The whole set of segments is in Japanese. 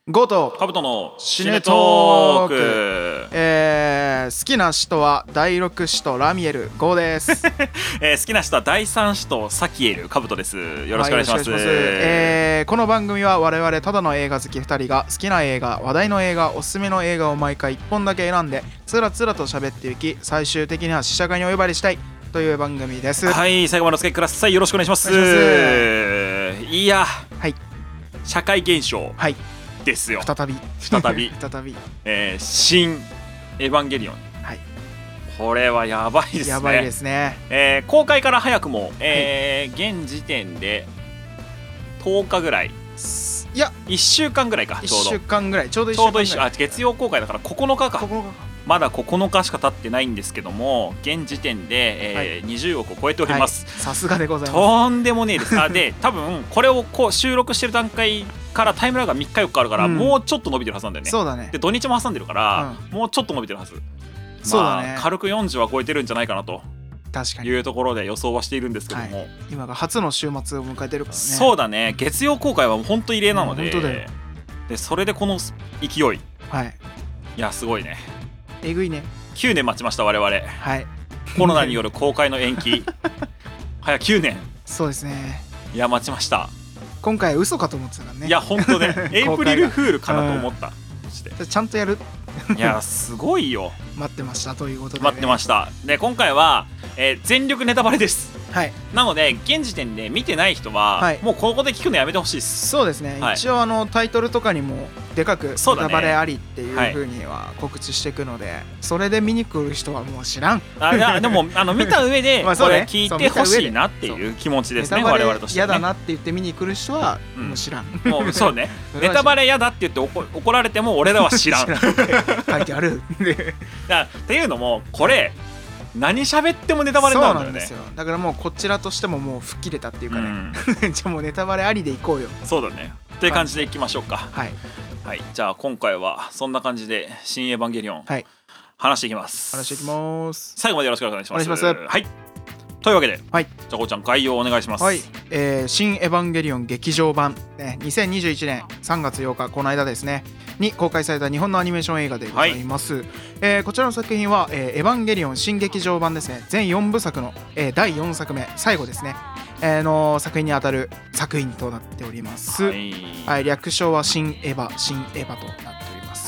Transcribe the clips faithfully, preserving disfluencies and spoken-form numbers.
ゴーとカブトのシネトーク、えー、好きな使徒はだいろく使徒ラミエルゴーです、 えー、好きな使徒はだいさん使徒サキエルカブトです。よろしくお願いします。 はい、えー、この番組は我々ただの映画好きふたりが好きな映画、話題の映画、おすすめの映画を毎回いっぽんだけ選んでつらつらと喋っていき、最終的には試写会にお呼ばれしたいという番組です。 はい、最後までお付き合いください。よろしくお願いします。いや、はい、社会現象、はいですよ。 再び再び再び、 えー、新エヴァンゲリオン、はい、これはやばいですね。 やばいですね、 えー、公開から早くも、えーはい、現時点でとおかぐらい、 いやいっしゅうかんぐらいか、ちょうどいっしゅうかんぐらい、ちょうどいっしゅうかんぐらい、 ちょうどあ月曜公開だからここのかか、ここのかかまだここのかしか経ってないんですけども、現時点で、えーはい、にじゅうおくを超えております。 さすがでございます。 とんでもねえです。あで多分これをこう収録してる段階からタイムラグがみっかよっかあるから、うん、もうちょっと伸びてるはずなんだよね。 そうだね。 で土日も挟んでるから、うん、もうちょっと伸びてるはず。 そうだね、 まあ、軽くよんじゅうは超えてるんじゃないかなと確かにいうところで予想はしているんですけども、はい、 今が初の週末を迎えてるからね。 そうだね、月曜公開は本当異例なので、うん、本当だよ。でそれでこの勢い、はい、いやすごいね、 えぐいね。 きゅうねん待ちました我々、はい、コロナによる公開の延期早きゅうねん。 そうですね、 いや待ちました。 今回嘘かと思ってたからね。 いや本当ねエイプリルフールかなと思った、 うん、ちゃんとやるいやすごいよ待ってましたということで、ね、 待ってました。で今回は、えー、全力ネタバレです。 はい、 なので現時点で見てない人は、はい、もうここで聞くのやめてほしいです。 そうですね、はい、一応あのタイトルとかにもでかくネタバレありっていう風には告知していくので、はい、それで見に来る人はもう知らん。 あいやでもあの見た上でこれ聞いてほしいなっていう気持ちですね、我々としてはね。 嫌だなって言って見に来る人はもう知らん、 うん、もうそうねネタバレ嫌だって言って怒怒られても俺らは知らん書いてあるだっていうのもこれ何喋ってもネタバレになるんだよね。 そうなんですよ。だからもうこちらとしてももう吹っ切れたっていうかね、うん、じゃあもうネタバレありでいこうよ。 そうだねっていう感じでいきましょうか。はい、はい、じゃあ今回はそんな感じで新エヴァンゲリオン、はい、話していきます話していきます最後までよろしくお願いします。 お願いします。 はいというわけで、はい、じゃあこうちゃん概要お願いします。 はい、えー、新エヴァンゲリオン劇場版、ね、にせんにじゅういちねんさんがつようかこの間ですねに公開された日本のアニメーション映画でございます、はい、えー、こちらの作品は、えー、エヴァンゲリオン新劇場版ですね、全よんぶさくの、えー、だいよんさくめ最後ですね、えー、の作品にあたる作品となっております、はい、はい、略称は新エヴァ新エヴァとなっております。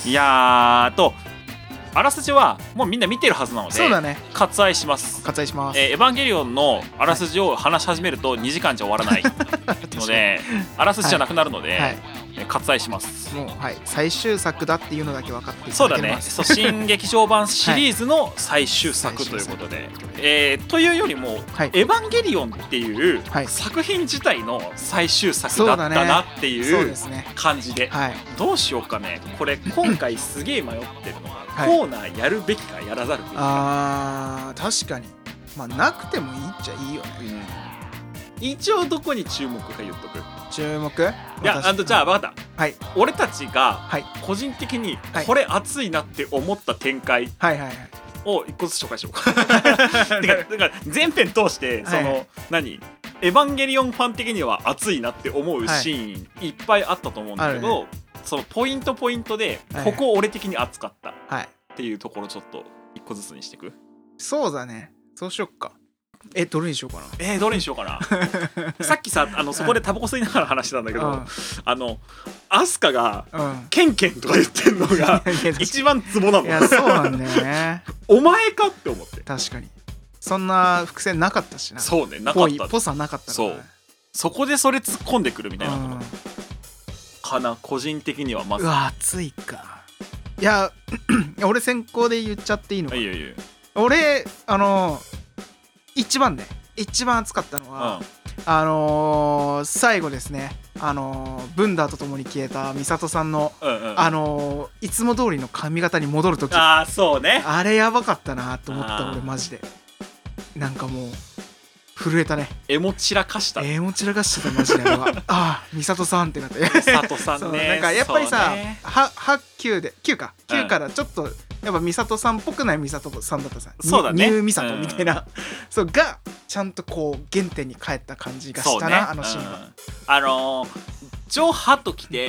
いやーとあらすじはもうみんな見てるはずなので、 そうだね、 割愛します割愛します、 えー、エヴァンゲリオンのあらすじを話し始めるとにじかんじゃ終わらないのであらすじじゃなくなるので、はいはい、割愛します。 もう、はい、最終作だっていうのだけ分かっていただけます。 そうだね、そう新劇場版シリーズの最終作ということで、はい、えー、というよりも、はい、エヴァンゲリオンっていう作品自体の最終作だったなっていう感じで、はい、どうしようかねこれ今回すげえ迷ってるのがはい、コーナーやるべきかやらざるべきか。 あー確かに、まあなくてもいいっちゃいいよね、 うん、一応どこに注目か言っとく。 注目いやあのじゃあ分かった、はい、俺たちが個人的にこれ熱いなって思った展開を一個ずつ紹介しようかてかだから全編通してその、はい、何エヴァンゲリオンファン的には熱いなって思うシーンいっぱいあったと思うんだけど、はい、そのポイントポイントでここ俺的に熱かったっていうところちょっと一個ずつにしていく。 そうだね、そうしよっか。えどれにしようかなえー、どれにしようかなさっきさあのそこでタバコ吸いながら話してたんだけど、うん、あのアスカが、うん、ケンケンとか言ってんのが一番ツボなの。 いやそうなんだよねお前かって思って。 確かにそんな伏線なかったしな。 そうね、なかった。 ぽさなかったから、ね、 そうそこでそれ突っ込んでくるみたいな、うん、かな個人的にはまず。 うわ熱いか。いや俺先行で言っちゃっていいのか。 いいよいいよ。 俺あの一番ね一番熱かったのは、うん、あのー、最後ですね、あのー、ブンダーとともに消えたミサトさんの、うんうん、あのー、いつも通りの髪型に戻るとき、 あーそうね、 あれやばかったなと思った俺マジで。なんかもう震えたね。 エモ散らかした。 エモ散らかしてたマジであれはああミサトさんってなってミサトさんねなんかやっぱりさ、ね、ははきゅうできゅうかきゅうからちょっとやっぱミサトさんっぽくないミサトさんだったさ、 そうだね、 ニューミサトみたいな、うん、そうがちゃんとこう原点に帰った感じがしたな、ね、あのシーンは、 うん、あのー、ジョハと来て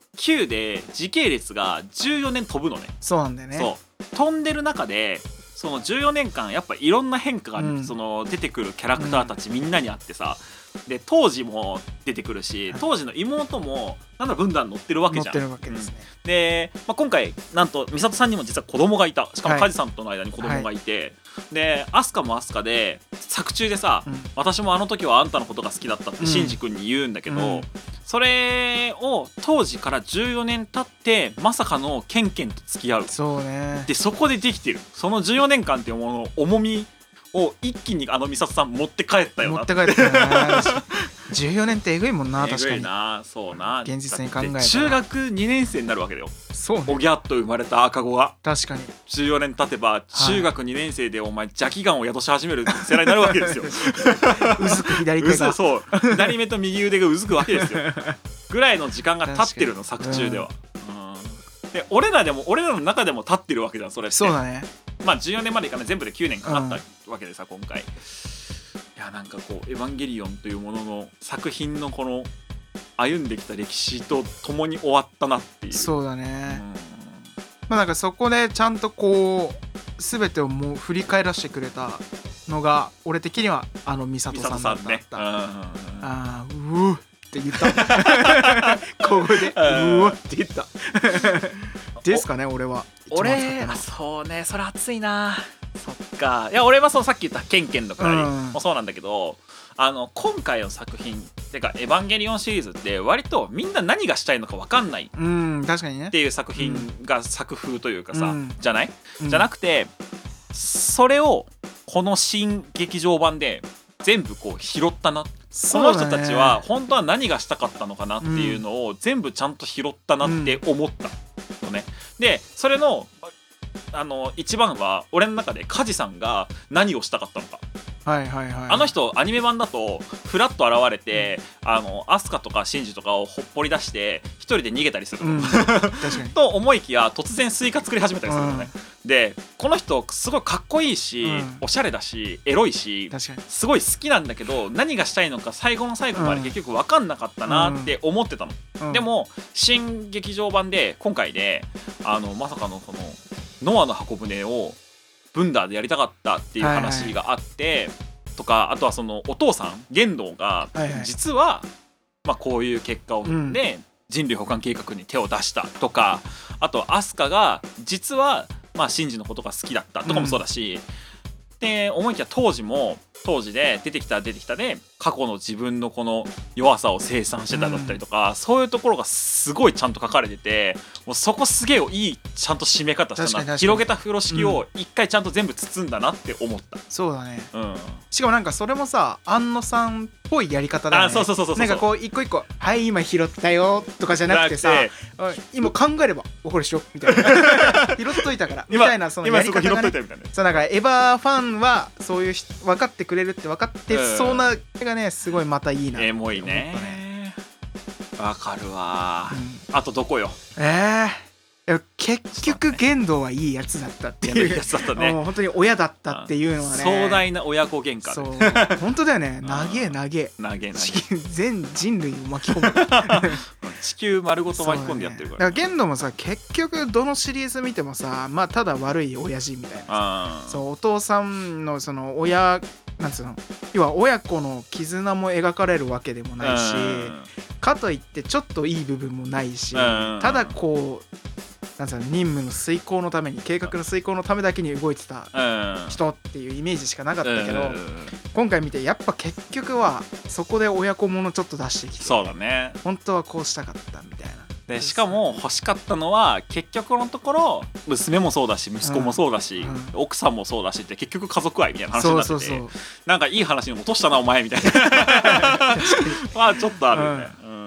きゅうで時系列がじゅうよねん飛ぶのね。 そうなんだよね。 そう飛んでる中でそのじゅうよねんかんやっぱいろんな変化が、うん、その出てくるキャラクターたちみんなにあってさ、で当時も出てくるし、当時の妹もなんだ軍団乗ってるわけじゃん。 乗ってるわけですね。 うん、で、まあ、今回なんと美里さんにも実は子供がいた。しかも梶さんとの間に子供がいて、はい、で飛鳥も飛鳥で作中でさ、うん、私もあの時はあんたのことが好きだったってシンジ君に言うんだけど、うん、それを当時からじゅうよねん経ってまさかのケンケンと付き合う。 そうね。 でそこでできてるそのじゅうよねんかんっていうものの重みを一気にあの美里さん持って帰ったよな。 持って帰ったよな。じゅうよねんってえぐいもんな。確かにえぐいな。そうな。 現実に考えたら中学にねん生になるわけだよ。 そうね。 おぎゃっと生まれた赤子が確かにじゅうよねん経てば中学にねん生でお前邪気眼を宿し始める世代になるわけですよ。 うずく左手がそう左目と右腕がうずくわけですよ。ぐらいの時間が経ってるの作中では、うん、で俺らでも俺らの中でも経ってるわけじゃんそれって。 そうだね。 まあじゅうよねんまでいかない全部できゅうねんかかったわけでさ、うん、今回いやなんかこう「エヴァンゲリオン」というものの作品のこの歩んできた歴史とともに終わったなっていう。 そうだね、うん、まあなんかそこでちゃんとこう全てをもう振り返らせてくれたのが俺的にはあの美里さんだった。 ね、 ああうーって言ったここでうーって言ったですかね。俺は俺あそうねそれ熱いな。そっか。いや俺はそうさっき言ったケンケンのくだりもそうなんだけど、あの今回の作品てかエヴァンゲリオンシリーズって割とみんな何がしたいのか分かんない、 うん、確かにねっていう作品が作風というかさ、うん、じゃない、うん、じゃなくてそれをこの新劇場版で全部こう拾ったな。この人たちは本当は何がしたかったのかなっていうのを全部ちゃんと拾ったなって思ったのね。でそれのあの一番は俺の中で梶さんが何をしたかったのか。 はいはいはい、 あの人アニメ版だとフラッと現れて、うん、あのアスカとかシンジとかをほっぽり出して一人で逃げたりするの、うん、確かにと思いきや突然スイカ作り始めたりするのね、うん、でこの人すごいかっこいいし、うん、おしゃれだしエロいしすごい好きなんだけど何がしたいのか最後の最後まで結局分かんなかったなって思ってたの、うん、でも新劇場版で今回であのまさかのこのノアの箱舟をブンダーでやりたかったっていう話があって、はいはい、とかあとはそのお父さん玄道が実は、はいはい、まあ、こういう結果を踏んで人類保管計画に手を出したとか、あとアスカが実はまあシンジのことが好きだったとかもそうだし、うん、で思いきや当時も当時で出てきた出てきたで過去の自分のこの弱さを清算してただったりとか、うん、そういうところがすごいちゃんと書かれてて、もうそこすげえいいちゃんと締め方したな。広げた風呂敷を一回ちゃんと全部包んだなって思った、うん、 そうだね、うん、しかもなんかそれもさ安野さんっぽいやり方だよね。あ、そうそうそうそうそう、なんかこう一個一個はい今拾ったよとかじゃなくてさ今考えればこれしよみたいな拾っといたからみたいな、そのやり方がね、そうなんかエヴァファンはそういう分かってくれるって分かってそうな絵がねすごいまたいいな。 エモいね。わかるわ、うん、あとどこよ。 えー、結局玄道はいいやつだったっていう、 いいやつだったね。 もう本当に親だったっていうのはね、 壮大な親子喧嘩。 そう本当だよね。長え長え長え全人類を巻き込む地球丸ごと巻き込んでやってるから、 ね、だから玄道もさ結局どのシリーズ見てもさ、まあただ悪い親父みたいな、そうお父さんのその親なんつうの、要は親子の絆も描かれるわけでもないし、かといってちょっといい部分もないし、ただこうなんつうの任務の遂行のために計画の遂行のためだけに動いてた人っていうイメージしかなかったけど、今回見てやっぱ結局はそこで親子ものちょっと出してきて、 そうだね、 本当はこうしたかったみたいな。 でしかも欲しかったのは結局のところ娘もそうだし息子もそうだし、うんうん、奥さんもそうだしって結局家族愛みたいな話になってて、そうそうそう、なんかいい話に落としたなお前みたいなまあちょっとあるよね、うんうん、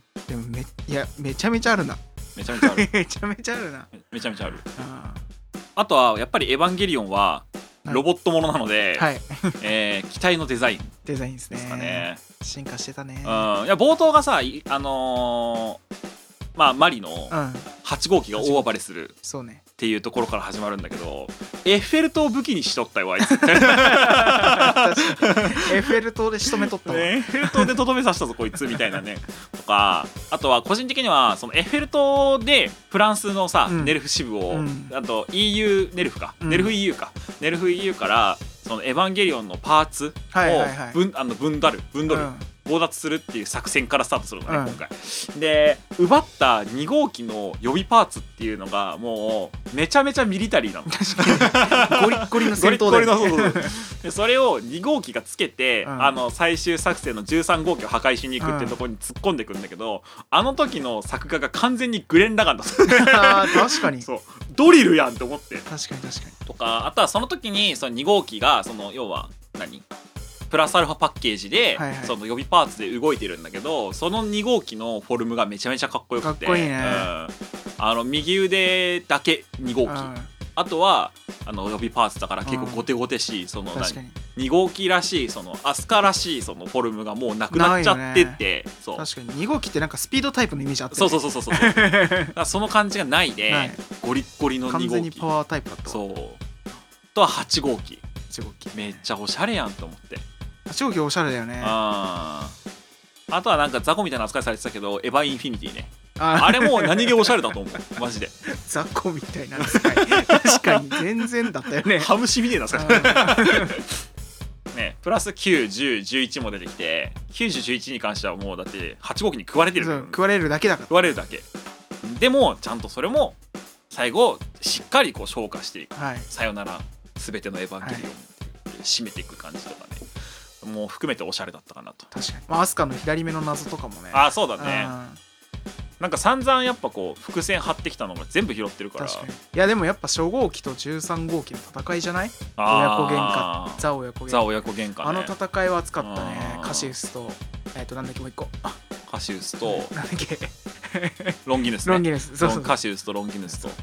でも め, いやめちゃめちゃあるな。 めちゃめちゃあるめちゃめちゃあるなめちゃめちゃある。 あ, あとはやっぱりエヴァンゲリオンはロボットものなので、はいえー、機体のデザインデザインですね。 ですかね。 進化してたね。 うん、いや冒頭がさ、あのーまあマリのはち号機が大暴れする、 そうねっていうところから始まるんだけど、エッフェル塔を武器にしとったよあいつ。 確かにエッフェル塔で仕留めとったわ、 エッフェル塔でとどめさせたぞこいつみたいなねとか、あとは個人的にはそのエッフェル塔でフランスのさ、うん、ネルフ支部を、うん、あと イーユー ネルフか、うん、ネルフ イーユー かネルフ イーユー からそのエヴァンゲリオンのパーツを分、あの分だる分取る、うん、強奪するっていう作戦からスタートするのね、うん、今回で奪ったに号機の予備パーツっていうのがもうめちゃめちゃミリタリーなの。 ゴリッゴリの戦闘で、 ゴリゴリのそうそうでそれをに号機がつけて、うん、あの最終作戦のじゅうさん号機を破壊しに行くっていうところに突っ込んでいくんだけど、うん、あの時の作画が完全にグレン・ラガンだった。 あ確かにそうドリルやんって思って、 確かに確かにとか、あとはその時にそのに号機がその要は何プラスアルファパッケージで、はいはい、その予備パーツで動いてるんだけど、そのに号機のフォルムがめちゃめちゃかっこよくて、 かっこいいね、うん、 あの右腕だけに号機、うん、あとはあの予備パーツだから結構ゴテゴテしい、うん、そのに号機らしいそのアスカらしいそのフォルムがもうなくなっちゃってて、ね、そう確かにに号機ってなんかスピードタイプのイメージあって、 ね、そうそうそうそうそうだからその感じがないでないゴリッゴリのに号機、 完全にパワータイプだったわ。 そうとははち号機、 はち号機めっちゃおしゃれやんと思って。 はち号機おしゃれだよね。 ああとはなんか雑魚みたいな扱いされてたけどエヴァインフィニティね、 あ, あれもう何気おしゃれだと思うマジで。 雑魚みたいな扱い確かに全然だったよね。 ハムシみてえな扱いね、プラスきゅう、じゅう、じゅういちも出てきて、きゅうじゅう、じゅういちに関してはもうだってはち号機に食われてる、 そう食われるだけだから、 食われるだけでもちゃんとそれも最後しっかりこう消化していく、はい、さよならすべてのエヴァンゲリオン、はい、締めていく感じとかね、もう含めておしゃれだったかなと。 確かに、まあ、アスカの左目の謎とかもね。 ああそうだね、なんか散々やっぱこう伏線張ってきたのが全部拾ってるから。 確かに。いやでもやっぱ初号機とじゅうさん号機の戦いじゃない？親子喧嘩、ザ親子喧嘩、 ザ親子喧嘩、ね、 あの戦いは熱かったね。カシウスとえっ、ー、となんだっけもう一個、 カシウスとなんだっけロンギヌス、ね、 ロンギヌス、そうそう、 カシウスとロンギヌスと、うん、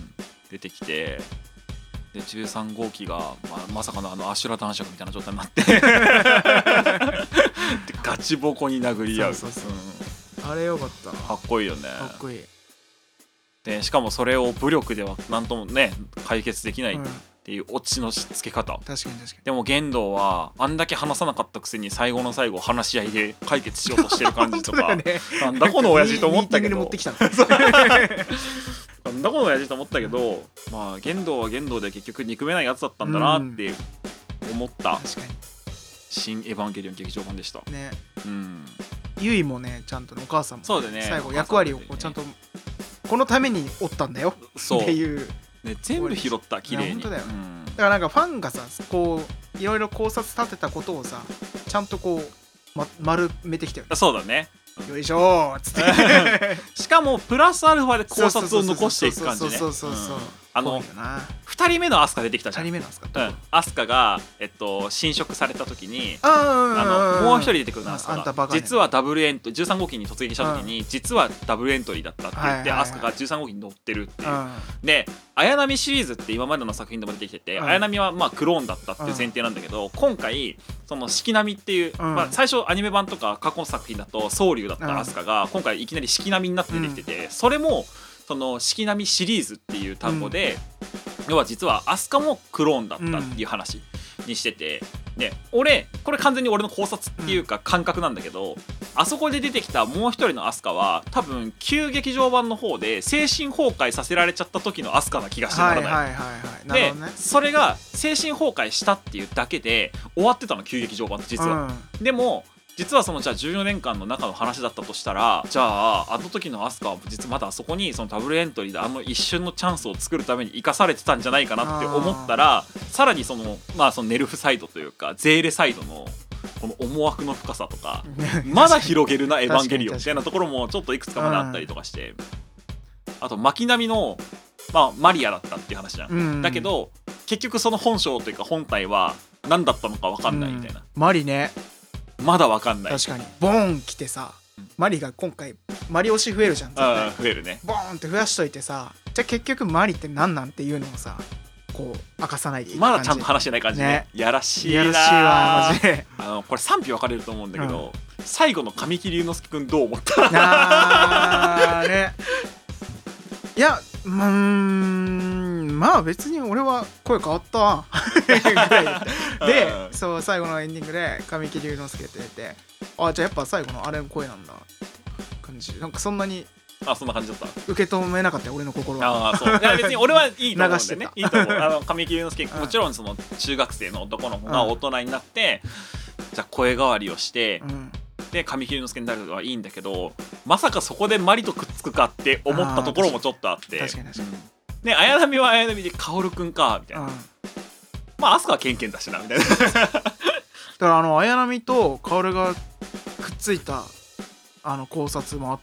出てきて、でじゅうさん号機が、まあ、まさかのあのアシュラ男爵みたいな状態になってでガチボコに殴り合う。 そうそうそう、うん、あれよかった。 かっこいいよね。 かっこいい。 でしかもそれを武力ではなんともね解決できないっていうオチのつけ方、うん、 確かに確かに。 でも玄道はあんだけ話さなかったくせに最後の最後話し合いで解決しようとしてる感じとか、ね、なんだこの親父と思ったけど持ってきたなんだこの親父と思ったけど、まあ玄道は玄道で結局憎めないやつだったんだなって思った、うん、 確かに新エヴァンゲリオン劇場版でしたね。 うん、 ユイもねちゃんと、ね、お母さんもそうだ、ね、 最後役割をこうちゃんとこのためにおったんだよっていう、 ね、全部拾った綺麗に。 本当だよ、うん、だからなんかファンがさこういろいろ考察立てたことをさちゃんとこう、ま、丸めてきたよね。 そうだね、 よいしょーっつってしかもプラスアルファで考察を残していく感じね。 そうそうそうそう、 あのふたりめのアスカ出てきたじゃん。 ふたりめのアスカ、 うん、アスカが、えっと、侵食された時にあのもう一人出てくるのアスカが実はダブルエントじゅうさん号機に突撃した時に実はダブルエントリーだったって言ってアスカがじゅうさん号機に乗ってるっていう。で綾波シリーズって今までの作品でも出てきてて、綾波はまあクローンだったっていう前提なんだけど、今回その四季並みっていう、まあ、最初アニメ版とか過去の作品だと宗龍だったアスカが今回いきなり四季並みになって出てきてて、それもその四季並みシリーズっていう単語で、うん、要は実はアスカもクローンだったっていう話にしてて、うん、で俺これ完全に俺の考察っていうか感覚なんだけど、うん、あそこで出てきたもう一人のアスカは多分旧劇場版の方で精神崩壊させられちゃった時のアスカな気がしてならない。 はいはいはいはい、なるほどね。 でそれが精神崩壊したっていうだけで終わってたの旧劇場版って実は、うん、でも実はそのじゃあじゅうよねんかんの中の話だったとしたら、じゃああの時のアスカは実はまだあそこにそのダブルエントリーであの一瞬のチャンスを作るために生かされてたんじゃないかなって思ったら、さらにそのまあそのネルフサイドというかゼーレサイドのこの思惑の深さとかまだ広げるなエヴァンゲリオンみたいなところもちょっといくつかまだあったりとかして、あと巻波のまあマリアだったっていう話じゃん、うん、だけど結局その本性というか本体は何だったのか分かんないみたいな、 うん、マリねまだ分かんない。 確かにボーン来てさ、マリが今回マリ推し増えるじゃん。 あ増えるね。 ボーンって増やしといてさ、じゃあ結局マリって何なんっていうのをさこう明かさないでいいまだちゃんと話してない感じね。ねやらしいな。 やらしいわマジで。 あのこれ賛否分かれると思うんだけど、う最後の神木隆之介くんどう思った？ あーねいやうーんまあ別に俺は声変わったわぐらいでそう最後のエンディングで神木隆之介って出てあじゃあやっぱ最後のあれの声なんだ感じなんかそんなにあそんな感じだった受け止めなかったよ俺の心は。 あそういや別に俺はいいと思うんでね流してたいいと思うあの神木隆之介もちろんその中学生の男の子が大人になって、うん、じゃあ声変わりをして、うんで神木隆之介になるのはいいんだけどまさかそこでマリとくっつくかって思ったところもちょっとあって確かに確かに、うん、 で綾波は綾波で薫くんかみたいな、うん、まあ飛鳥はケンケンだしなみたいなだからあの綾波と薫がくっついたあの考察もあって、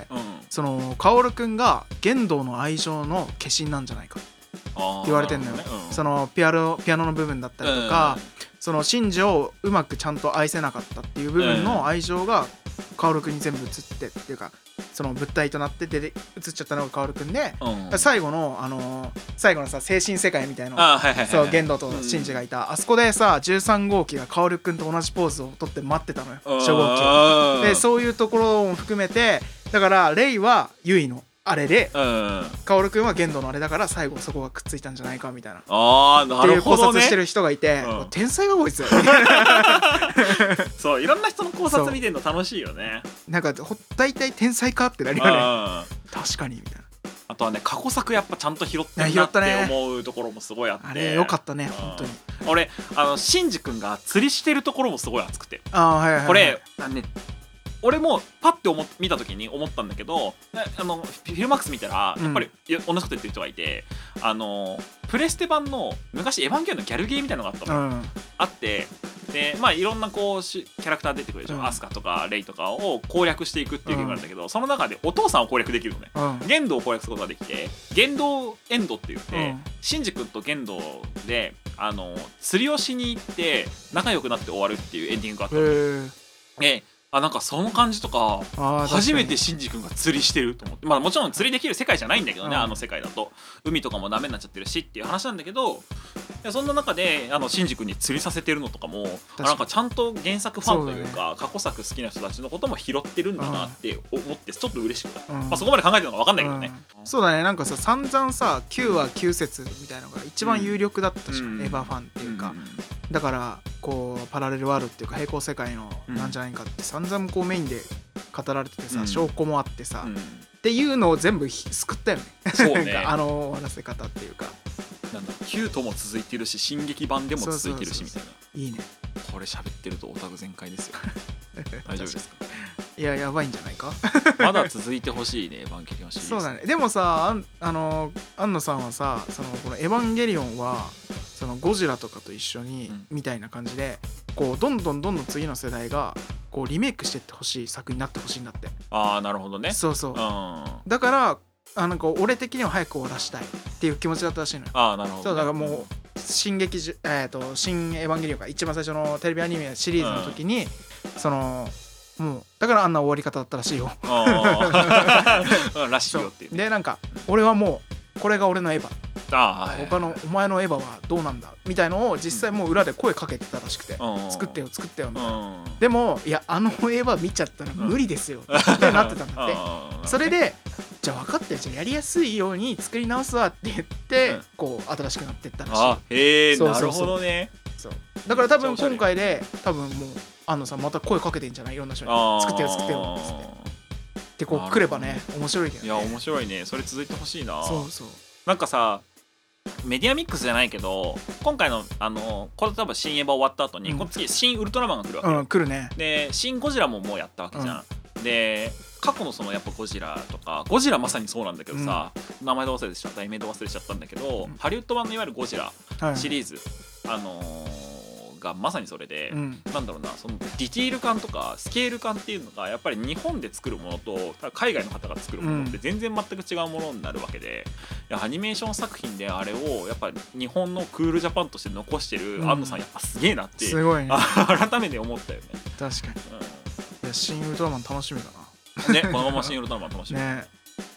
うん、その薫くんが玄道の愛情の化身なんじゃないかって言われてんのよ、ねうん、そのピアノ、ピアノの部分だったりとか、うんその真珠をうまくちゃんと愛せなかったっていう部分の愛情が薫くんに全部移ってっていうかその物体となって出て移っちゃったのが薫くんで、うん、最後のあのー、最後のさ精神世界みたいなそう玄道と真珠がいた、うん、あそこでさじゅうさん号機が薫くんと同じポーズを取って待ってたのよ初号機をでそういうところも含めてだからレイはユイのあれで薫くんは玄道のあれだから最後そこがくっついたんじゃないかみたいなあーなるほど、ね、っていう考察してる人がいて、うん、天才が多いですよそういろんな人の考察見てるの楽しいよねなんか大体天才かってなるよね確かにみたいなあとはね過去作やっぱちゃんと拾ってるなって思うところもすごいあって、ね、 あれよかったね本当に俺あのシンジ君が釣りしてるところもすごい熱くてあ、はいはいはい、 これあのね俺もパッて思見た時に思ったんだけどあのフィルマックス見たらやっぱり、うん、同じこと言ってる人がいてあのプレステ版の昔エヴァンゲリオンのギャルゲーみたいなのがあったの、うん、あってでまあいろんなこうキャラクター出てくるでしょ、うん、アスカとかレイとかを攻略していくっていうゲームなんだけど、うん、その中でお父さんを攻略できるのね、うん、玄道を攻略することができて玄道エンドって言って、うん、シンジ君と玄道であの釣りをしに行って仲良くなって終わるっていうエンディングがあったのであなんかその感じとか初めてシンジ君が釣りしてると思ってまあもちろん釣りできる世界じゃないんだけどね、うん、あの世界だと海とかもダメになっちゃってるしっていう話なんだけどそんな中であのシンジ君に釣りさせてるのとかもなんかちゃんと原作ファンというか、ね、過去作好きな人たちのことも拾ってるんだなって思ってちょっと嬉しくた、うんまあ、そこまで考えてるのか分かんないけどね、 うん、そうだねなんかさ散々さきゅうわきゅう説みたいなのが一番有力だったじゃん、うん、エヴァファンっていうか、うん、だからこうパラレルワールドっていうか平行世界のなんじゃないかって散々こうメインで語られててさ、うん、証拠もあってさ、うん、っていうのを全部救ったよねそうねあの終わらせ方っていうかなんだきゅうとも続いてるし進撃版でも続いてるしみたいないいねこれ喋ってるとオタク全開ですよ大丈夫ですかいややばいんじゃないかまだ続いてほしいねエヴァンゲリオンシリーズそうだねでもさあんあの安野さんはさそのこのエヴァンゲリオンはそのゴジラとかと一緒に、うん、みたいな感じでこうどんどんどんどん次の世代がこうリメイクしていってほしい作品になってほしいんだって。 ああなるほどねそうそう、 うん、 だからあなんか俺的には早く終わらしたいっていう気持ちだったらしいのよ。 ああなるほど、ね、 そうだからもう新劇じえっ、ー、と新エヴァンゲリオンが一番最初のテレビアニメシリーズの時に、うん、そのもうだからあんな終わり方だったらしいよらしいよっていう、 でなんか俺はもうこれが俺のエヴァあ他のお前のエヴァはどうなんだみたいのを実際もう裏で声かけてたらしくて、うん、作ってよ作ってよみたいな、でもいやあのエヴァ見ちゃったら無理ですよってなってたんだってそれでじゃあ分かってるじゃあやりやすいように作り直すわって言って、うん、こう新しくなってったらしい。 あへえなるほどね。 そうだから多分今回で多分もう安野さんまた声かけてんじゃないいろんな人に作ってよ作ってよってってこう来ればね面白いけどね。 いや面白いねそれ続いてほしいな。 そうそうなんかさメディアミックスじゃないけど今回のあのこれ多分新エヴァ終わった後に、うん、この次新ウルトラマンが来るわけ、 うん、来るね。 で新ゴジラももうやったわけじゃん、うん、で過去のそのやっぱゴジラとかゴジラまさにそうなんだけどさ、うん、名前で忘れちゃった題名で忘れちゃったんだけど、うん、ハリウッド版のいわゆるゴジラシリーズ、はい、あのー、がまさにそれで、うん、なんだろうなそのディティール感とかスケール感っていうのがやっぱり日本で作るものと海外の方が作るものって全然全く違うものになるわけで、いやアニメーション作品であれをやっぱり日本のクールジャパンとして残してる安野さんやっぱすげえなって、 すごいね改めて思ったよね。 確かに、うん、いや新ウルトラマン楽しみだなね、このまま新ウルトラマン楽しみ、 ね、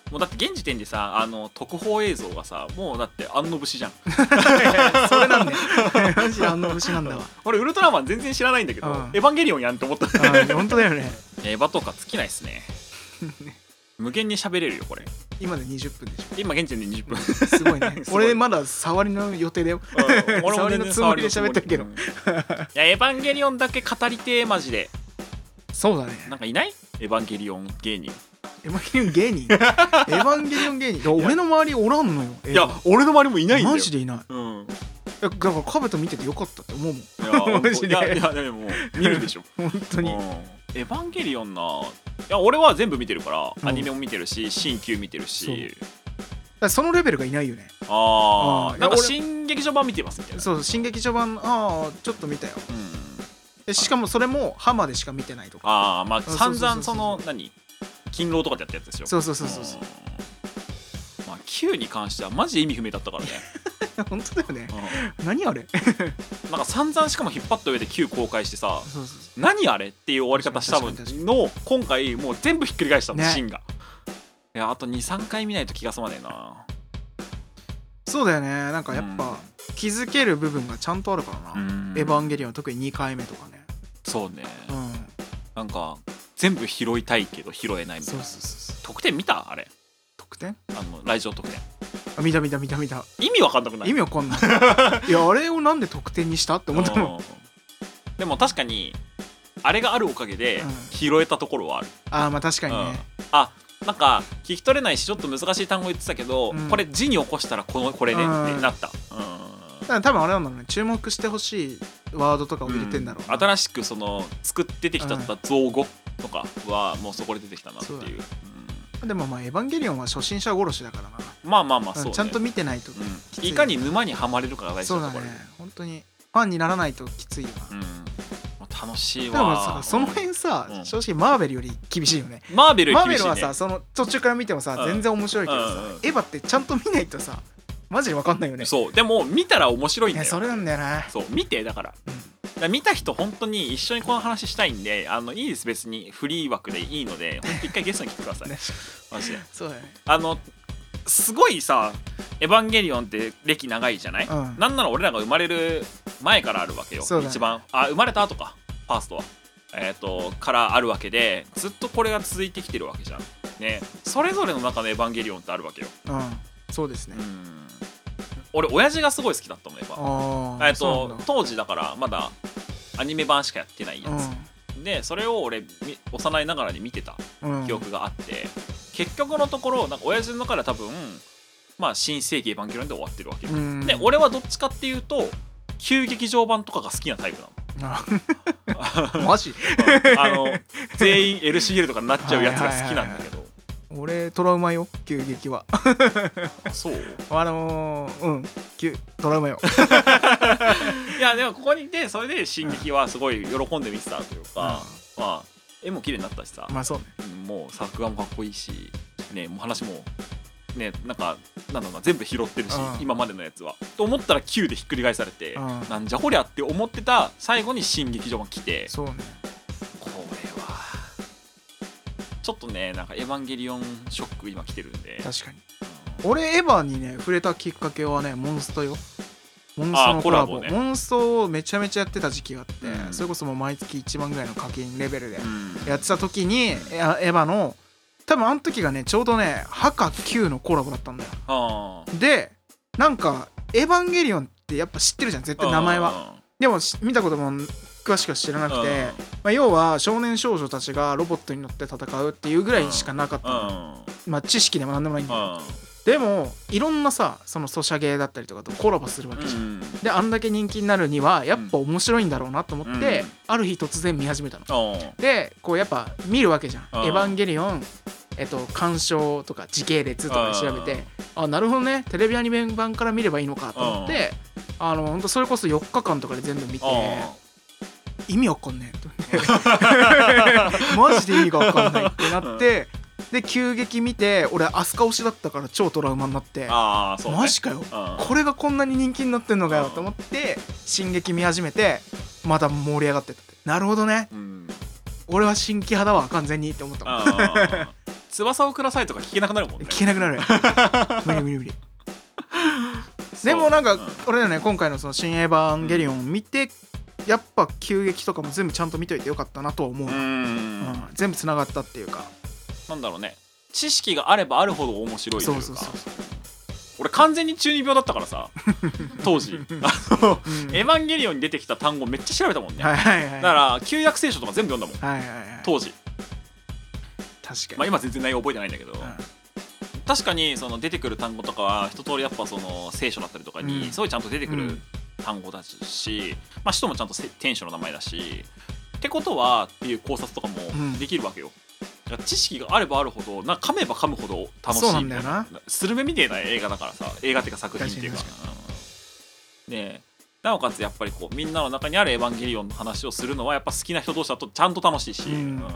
もうだって現時点でさあの特報映像がさもうだって安野節じゃんそれなんねマジで安野節なんだわ俺ウルトラマン全然知らないんだけど、うん、エヴァンゲリオンやんって思った本当だよねエヴァとか尽きないっすね無限に喋れるよこれ今でにじゅっぷんでしょ今現時点でにじゅっぷんすごいね俺まだ触りの予定だよ、うん、俺触りのつもりで喋ってるけど、うん、いやエヴァンゲリオンだけ語りてーマジでそうだねなんかいないエヴァンゲリオン芸人エヴァンゲリオン芸人エヴァンゲリオン芸人俺の周りおらんのよいや俺の周りもいないんだよマジでいない、うん、だからカブト見ててよかったって思うもんいやマジでいやいやでも見るでしょ本当に、うん、 エヴァンゲリオンないや俺は全部見てるから、うん、アニメも見てるし新旧見てるしそ, そのレベルがいないよねああなんか新劇場版見てますみたいなそう新劇場版ああちょっと見たよ、うんでしかもそれもハマでしか見てないとかああまあ散々その何勤労とかでやったやつでしょそうそうそうそうそうまあ Q に関してはマジで意味不明だったからね本当だよね、うん、何あれなんか散々しかも引っ張った上で Q 公開してさそうそうそう何あれっていう終わり方したの今回もう全部ひっくり返したの、ね、シーンがいやあと にさんかい見ないと気が済まねえなそうだよねなんかやっぱ、うん、気づける部分がちゃんとあるからな、うん、エヴァンゲリオン特ににかいめとかねそうね、うん、なんか全部拾いたいけど拾えないみたいなそうそうそう得点見たあれ得点あの来場得点あ見た見た見た見た意味わかんなくない意味わかんないいやあれをなんで得点にしたって思ったもんでも確かにあれがあるおかげで拾えたところはある、 うん、あまあ確かにね、うん、 あなんか聞き取れないしちょっと難しい単語言ってたけど、うん、これ字に起こしたらこのこれねってなった、うん、 だから多分あれなんだろうね注目してほしいワードとかを入れてんだろう、 うん、新しくその作って出てきちゃった造語とかはもうそこで出てきたなっていう、 うん、でもまあエヴァンゲリオンは初心者殺しだからなまあまあまあそう、ね、 ちゃんと見てないと、 うん、いかに沼にはまれるかが大事なところそうだね本当にファンにならないときついよな、うん楽しいわでもさその辺さ、うん、正直マーベルより厳しいよねマーベルより厳しいねマーベルはさその途中から見てもさ、うん、全然面白いけどさ、うんうん、エヴァってちゃんと見ないとさマジで分かんないよねそうでも見たら面白いんだよそれなんだよなそう見てだから、うん、だから見た人本当に一緒にこの話したいんであのいいです別にフリー枠でいいので本当一回ゲストに来てくださいねマジでそうだよねあのすごいさエヴァンゲリオンって歴長いじゃない、うん、なんなら俺らが生まれる前からあるわけよ、ね、一番あ生まれた後かファーストはえー、とからあるわけでずっとこれが続いてきてるわけじゃんねそれぞれの中のエヴァンゲリオンってあるわけようんそうですねうん俺親父がすごい好きだったもんエヴァえー、と当時だからまだアニメ版しかやってないやつ、うん、でそれを俺幼いながらに見てた記憶があって、うん、結局のところなんか親父の中では多分まあ新世紀エヴァンゲリオンで終わってるわけよ、うん、で俺はどっちかっていうと旧劇場版とかが好きなタイプなのマジあの全員 エルシーエル とかになっちゃうやつが好きなんだけど、 俺トラウマよ急激はそうあのー、うんトラウマよいやでもここにいてそれで進撃はすごい喜んで見てたというか、うん、まあ絵も綺麗になったしさ、 まあそうね、 もう作画もかっこいいしねもう話もねなんかなんだろうな全部拾ってるし、うん、今までのやつはと思ったらきゅうでひっくり返されて、うん、なんじゃこりゃって思ってた最後に新劇場版来てそうねこれはちょっとねなんかエヴァンゲリオンショック今来てるんで確かに、うん、俺エヴァにね触れたきっかけはねモンストよモンストのコラボ、ね、モンストをめちゃめちゃやってた時期があって、うん、それこそもう毎月いちまんぐらいの課金レベルでやってた時に、うん、エヴァの多分あの時がねちょうどねハカきゅうのコラボだったんだよあでなんかエヴァンゲリオンってやっぱ知ってるじゃん絶対名前はでも見たことも詳しくは知らなくて、まあ、要は少年少女たちがロボットに乗って戦うっていうぐらいしかなかったのまあ知識でもなんでもないんだよでもいろんなさそのソシャゲだったりとかとコラボするわけじゃん、うん、であんだけ人気になるにはやっぱ面白いんだろうなと思って、うん、ある日突然見始めたのでこうやっぱ見るわけじゃんエヴァンゲリオンえっと鑑賞とか時系列とかで調べてあなるほどねテレビアニメ版から見ればいいのかと思ってあのほんとそれこそよっかかんとかで全部見て意味わかんねえとマジで意味がわかんないってなってで急激見て俺アスカ推しだったから超トラウマになってあそう、ね、 マジかよこれがこんなに人気になってんのかよと思って進撃見始めてまた盛り上がってたってなるほどね、うん、俺は新規派だわ完全にって思ったもん翼をくださいとか聞けなくなるもんね。 聞けなくなる無理無理無理でもなんか、うん、俺らね今回のその新エヴァンゲリオン見て、うん、やっぱ急激とかも全部ちゃんと見といてよかったなとは思う。うん、うん、全部つながったっていうか、 なんだろうね、知識があればあるほど面白いというか。 そうそうそうそう。 俺完全に中二病だったからさ当時あの、うん、エヴァンゲリオンに出てきた単語めっちゃ調べたもんね、はいはいはい、だから旧約聖書とか全部読んだもん、はいはいはい、当時。 確かに、 まあ、今全然内容覚えてないんだけど、うん、確かにその出てくる単語とかは一通りやっぱその聖書だったりとかにすごいちゃんと出てくる単語だし、まあ、使徒もちゃんと天使の名前だしってことはっていう考察とかもできるわけよ、うん、知識があればあるほどなんか噛めば噛むほど楽しい。 そうなんだよな。 スルメみたいな映画だからさ、映画っていうか作品っていうか、うん、でなおかつやっぱりこうみんなの中にあるエヴァンゲリオンの話をするのはやっぱ好きな人同士だとちゃんと楽しいし、うんうん、い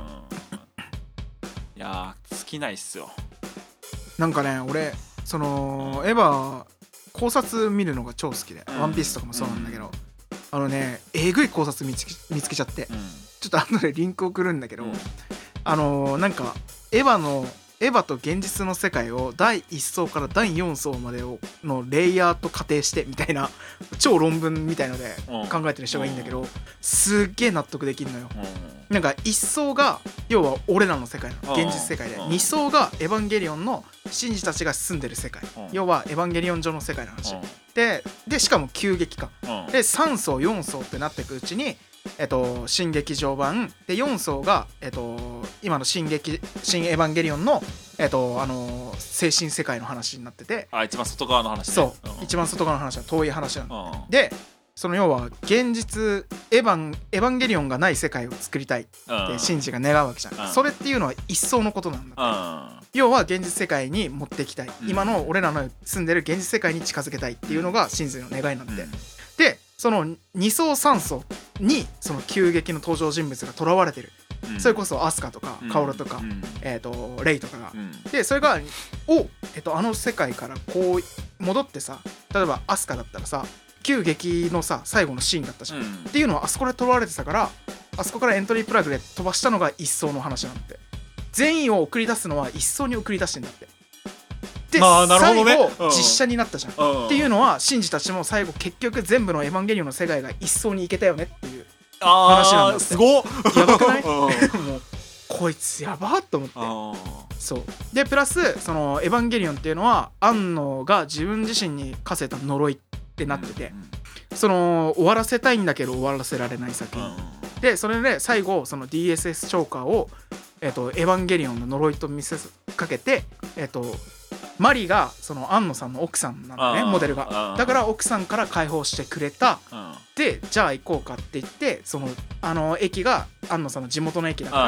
やー好きないっすよ。 なんかね俺そのエヴァ考察見るのが超好きで、うん、ワンピースとかもそうなんだけど、うん、あのねえぐい考察見つけ、見つけちゃって、うん、ちょっと後でリンク送るんだけど、うん、あのー、なんかエヴァのエヴァと現実の世界をだいいっ層からだいよん層までをのレイヤーと仮定してみたいな超論文みたいので考えてる人がいいんだけど、すっげえ納得できるのよ。なんかいっ層が要は俺らの世界の現実世界で、に層がエヴァンゲリオンのシンジたちが住んでる世界、要はエヴァンゲリオン上の世界の話で、でしかも急激化でさん層よん層ってなっていくうちにえっと、新劇場版でよん層が、えっと、今の新劇新エヴァンゲリオンの、えっと、あの精神世界の話になってて、 あ一番外側の話、ね、 そう、うん、一番外側の話は遠い話なの、うん、でその要は現実エヴァンエヴァンゲリオンがない世界を作りたいってシンジが願うわけじゃん、うん、それっていうのは一層のことなんだって、うん、要は現実世界に持っていきたい、うん、今の俺らの住んでる現実世界に近づけたいっていうのがシンジの願いなんで、うん、でそのに層さん層にその急激の登場人物が囚われてる、うん、それこそアスカとかカオルとか、うん、えーとレイとかが、うん、でそれがを、えーとあの世界からこう戻ってさ、例えばアスカだったらさ急激のさ最後のシーンだったじゃん、うん、っていうのはあそこで囚われてたから、あそこからエントリープラグで飛ばしたのが一層の話なんで、全員を送り出すのは一層に送り出してんだって。で、まあなるほどね、最後実写になったじゃん、うん、っていうのはシンジたちも最後結局全部のエヴァンゲリオンの世界が一層に行けたよねっていう話なんだって。あーすごっやばくないもうこいつやばっと思って。そうでプラスそのエヴァンゲリオンっていうのは庵野が自分自身に課せた呪いってなってて、うんうん、その終わらせたいんだけど終わらせられない作品、うん、でそれで最後その ディーエスエス チョーカーを、えーと、エヴァンゲリオンの呪いと見せかけて、えーとマリがその庵野さんの奥さんなんだね、モデルが。だから奥さんから解放してくれた。でじゃあ行こうかって言って、そのあの駅が庵野さんの地元の駅だから、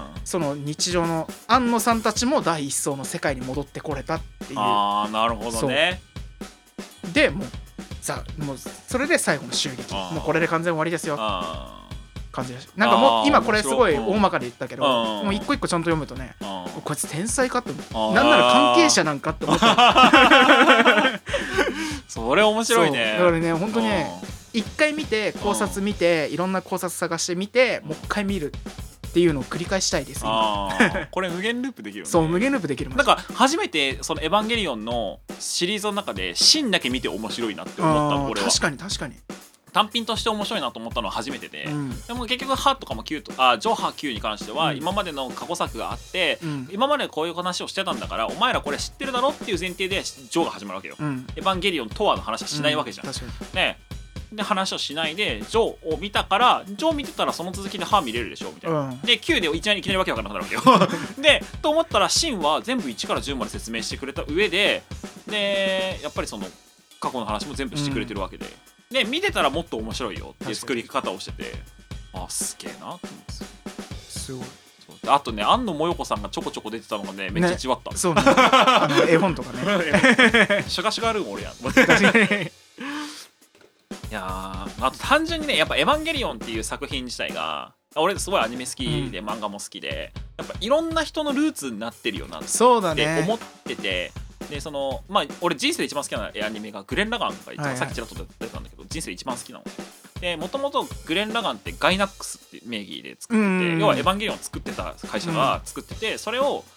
その日常の庵野さんたちも第一層の世界に戻ってこれたっていう。 ああなるほどね。 でもうさもうそれで最後の襲撃、もうこれで完全終わりですよ感じだし、なんかもう今これすごい大まかで言ったけど、もう一個一個ちゃんと読むとね、こいつ天才かって思う、なんなら関係者なんかって思ったそれ面白いね。 だからね本当にね一回見て考察見ていろんな考察探してみてもう一回見るっていうのを繰り返したいです。 あこれ無限ループできるよね。 そう無限ループできる。 なんか初めてそのエヴァンゲリオンのシリーズの中でシーンだけ見て面白いなって思ったの。俺は確かに確かに単品として面白いなと思ったのは初めてで、うん、でも結局ハとかもきゅうとあジョハきゅうに関しては今までの過去作があって、うん、今までこういう話をしてたんだからお前らこれ知ってるだろっていう前提でジョーが始まるわけよ、うん、エヴァンゲリオンとはの話はしないわけじゃん、うん、確かにね。で話をしないでジョーを見たからジョー見てたらその続きでハ見れるでしょみたいな、うん、できゅうでいきなりいきなりわけわからなくなるわけよでと思ったらシンは全部いちからじゅうまで説明してくれた上ででやっぱりその過去の話も全部してくれてるわけで、うんで見てたらもっと面白いよっていう作り方をしてて、あすげえなと思ってすごい。 あとね庵野もよこさんがちょこちょこ出てたのがねめっちゃじわった、ね、 そうねあの絵本とかねシュガシュガルーン俺やんいやあと単純にねやっぱエヴァンゲリオンっていう作品自体が俺すごいアニメ好きで、うん、漫画も好きでやっぱいろんな人のルーツになってるよなって思ってて、でそのまあ俺人生で一番好きなアニメがグレン・ラガンが一番、はいはい、さっきちらっと出たんだけど人生で一番好きなので、もともとグレン・ラガンってガイナックスって名義で作ってて、要はエヴァンゲリオンを作ってた会社が作ってて、それを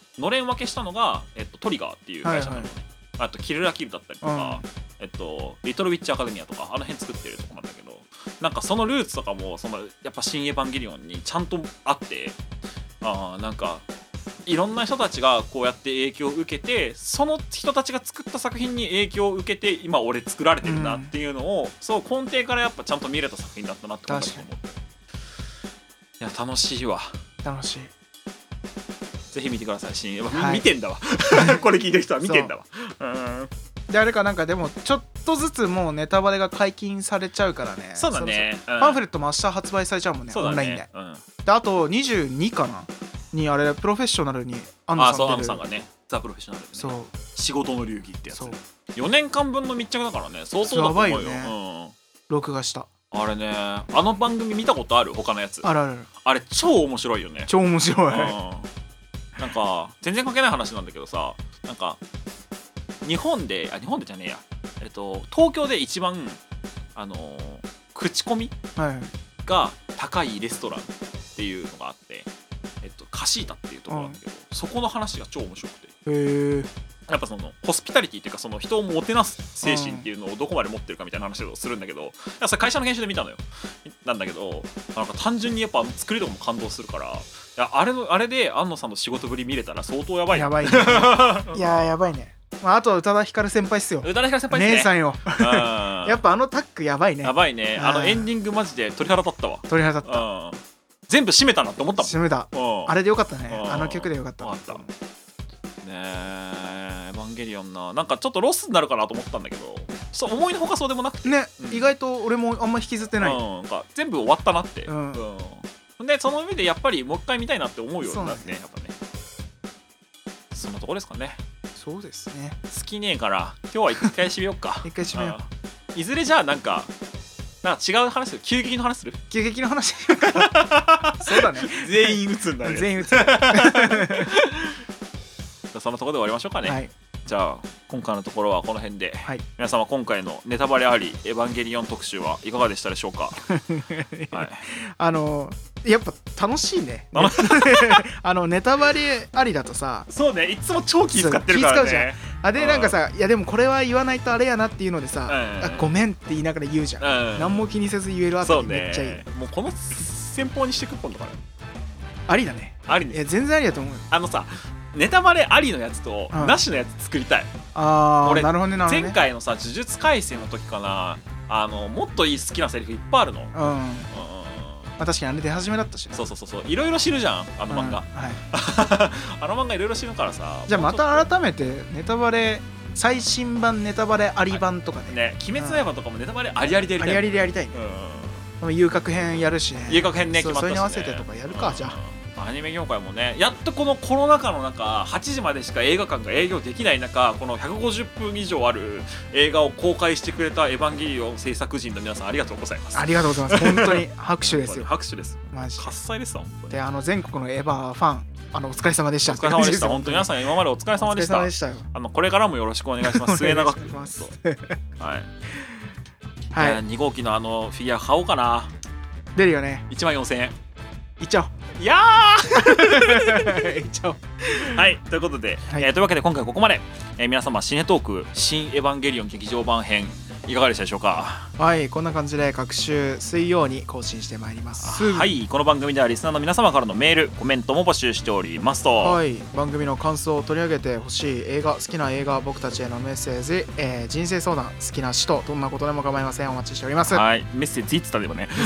のれん分けしたのが、えっと、トリガーっていう会社なのね、はいはい、あとキルラキルだったりとか、うん、えっと、リトルウィッチアカデミアとかあの辺作ってるとこなんだけど、なんかそのルーツとかもそのやっぱ新エヴァンゲリオンにちゃんとあって、あなんかいろんな人たちがこうやって影響を受けて、その人たちが作った作品に影響を受けて今俺作られてるなっていうのを、うん、そう根底からやっぱちゃんと見れた作品だったなって思って、いや楽しいわ。 楽しい。 ぜひ見てください。新エヴァ、はい、見てんだわこれ聞いてる人は見てんだわ。うん。 であれかなんかでもちょっとずつもうネタバレが解禁されちゃうからね。 そうだね。 そうそう、うん、パンフレットも明日発売されちゃうもんね、 そうだね、 オンラインで、 うん、 であとにじゅうにかなにあれプロフェッショナルに安野さん出る。あ、 そう安野さんがねザ・プロフェッショナルでね、そう仕事の流儀ってやつ。よねんかんぶんの密着だからね、相当だと思うよ。やばいよね、うん、録画した。あれね、あの番組見たことある？他のやつ。あるある。あれ超面白いよね。超面白い、うん、なんか全然関係ない話なんだけどさ、なんか日本であ日本でじゃねえやえっと東京で一番あのー、口コミが高いレストランっていうのがあって、えっとカシータっていうところなんだけど、うん、そこの話が超面白くて、へえ。やっぱそのホスピタリティっていうかその人をもてなす精神っていうのをどこまで持ってるかみたいな話をするんだけど、それ会社の研修で見たのよ。なんだけどなんか単純にやっぱ作りとかも感動するから、いやあれのあれで安野さんの仕事ぶり見れたら相当やばい。やばいねいややばいね。まあ、あとは宇多田ヒカル先輩っすよ。宇多田ヒカル先輩っすね。姉さんよやっぱあのタッグやばいね。やばいね。あのエンディングマジで鳥肌立ったわ。鳥肌立った。全部締めたなって思ったもん。締めた。あれでよかったね。あの曲でよかった。ねえ、エヴァンゲリオンな、なんかちょっとロスになるかなと思ったんだけど、そう思いのほかそうでもなくてね、うん、意外と俺もあんま引きずってない、うん、なんか全部終わったなって、うんうん、でその上でやっぱりもう一回見たいなって思うようになってね、やっぱね。そんなとこですかね。そうですね。好きねえから今日は一回締めようか一回締めよう。いずれじゃあなんかなんか違う話する、急激の話する、急激の話そうだね全員打つんだね全員打つそんなところで終わりましょうかね、はい、じゃあ今回のところはこの辺で、はい、皆様今回のネタバレありエヴァンゲリオン特集はいかがでしたでしょうかはい、あのやっぱ楽しいねあのネタバレありだとさ、そうね、いつも超気使ってるからね。気使うじゃん。あでなんかさ、いやでもこれは言わないとあれやなっていうのでさ、うん、あごめんって言いながら言うじゃん、うん、何も気にせず言えるあたりめっちゃいい、ね、もうこの戦法にしてく今度からありだね。ありね。いや全然ありだと思う。あのさネタバレありのやつとなしのやつ作りたい、うん、ああ俺なるほどね、なるほどね。前回のさ呪術廻戦の時かな、あのもっといい好きなセリフいっぱいあるの、うん、うん、まあ、確かにあれ出始めだったし、ね、そうそうそうそう、いろいろ知るじゃんあの漫画、うん、はいあの漫画いろいろ知るからさ、じゃあまた改めてネタバレ最新版ネタバレあり版とかね、ね、鬼滅の刃とかもネタバレありありでやりたい、ありありでやりたいね、うん、遊郭編やるしね、遊郭編ね、決まったしね、それに合わせてとかやるか、うん、じゃあアニメ業界もね、やっとこのコロナ禍の中はちじまでしか映画館が営業できない中、このひゃくごじゅっぷん以上ある映画を公開してくれたエヴァンゲリオン制作陣の皆さんありがとうございます。ありがとうございます本当に拍手ですよ拍手です、マジ喝采ですわ本当に。であの全国のエヴァファン、あのお疲れ様でした。お疲れ様でした本当に皆さん今までお疲れ様でした。お疲れ様でしたよ。あのこれからもよろしくお願いします末永くはい、はい、に号機のあのフィギュア買おうかな。出るよね。いちまんよんせんえんいっちゃおう。いやーいっちゃおうはいということで、はい、えー、というわけで今回ここまで、えー、皆様シネトーク新エヴァンゲリオン劇場版編いかがでしたでしょうか。はい、こんな感じで各週水曜に更新してまいります。はい、この番組ではリスナーの皆様からのメールコメントも募集しておりますと、はい、番組の感想を取り上げてほしい映画、好きな映画、僕たちへのメッセージ、えー、人生相談、好きな人、どんなことでも構いません。お待ちしております。はい、メッセージいつたでもね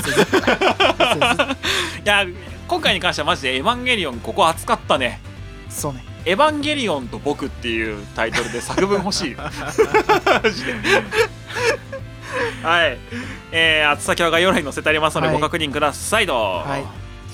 いや今回に関してはマジでエヴァンゲリオンここ熱かったね。そうね、エヴァンゲリオンと僕っていうタイトルで作文欲しいマジではい、えー、厚先は概要欄に載せてありますので、はい、ご確認くださいと、はい、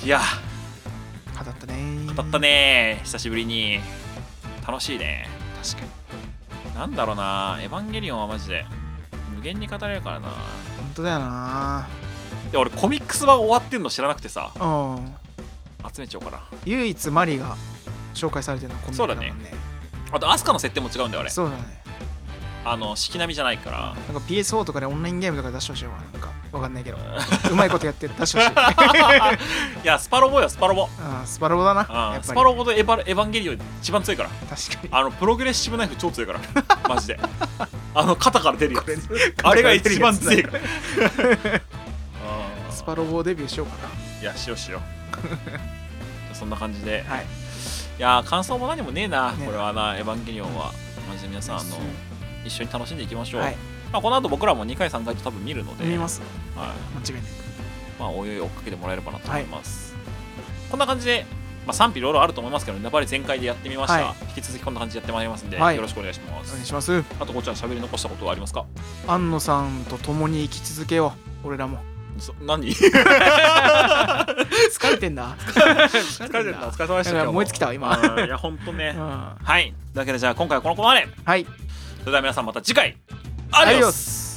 いや語ったね語ったね久しぶりに楽しいね。確かになんだろうな、エヴァンゲリオンはマジで無限に語れるからな。本当だよな。で俺コミックス版終わってんの知らなくてさ、うん、集めちゃおうかな。唯一マリが紹介されてるのはコミックスだもんね。そうだね。あとアスカの設定も違うんだよあれ。そうだね。 あの式並みじゃないから。 なんか ピーエスフォー とかでオンラインゲームとか出してほしいわ。なんかわかんないけどうまいことやって出してほしいいやスパロボよスパロボ。 あスパロボだな。やっぱりスパロボとエヴァエヴァンゲリオン一番強いから。 確かにあのプログレッシブナイフ超強いからマジであの肩から出るやつあれが一番強いからスパロボデビューしようかな。 いやしようしようそんな感じで、 はい、 いや感想も何もねえな、ね、これはなエヴァンゲリオンはマジで皆さんあの一緒に楽しんでいきましょう、はい、まあ、この後僕らもにかいさんかいと多分見るので見ます、 はい、 間違いない。 まあおいおい追っかけてもらえればなと思います、はい、こんな感じで、まあ、賛否いろいろあると思いますけどネタバレ全開でやってみました、はい、引き続きこんな感じでやってまいりますんで、はい、よろしくお願いします。 お願いします。 あとこちら喋り残したことはありますか？ 安野さんと共に生き続けよう俺らも。 何疲れてんだ疲れてんだお疲れ様でした。 燃え尽きた今いやほんとね、うん、はい。というわけでじゃあ今回はこのコーナーで、 はい、 それでは皆さんまた次回アディオス。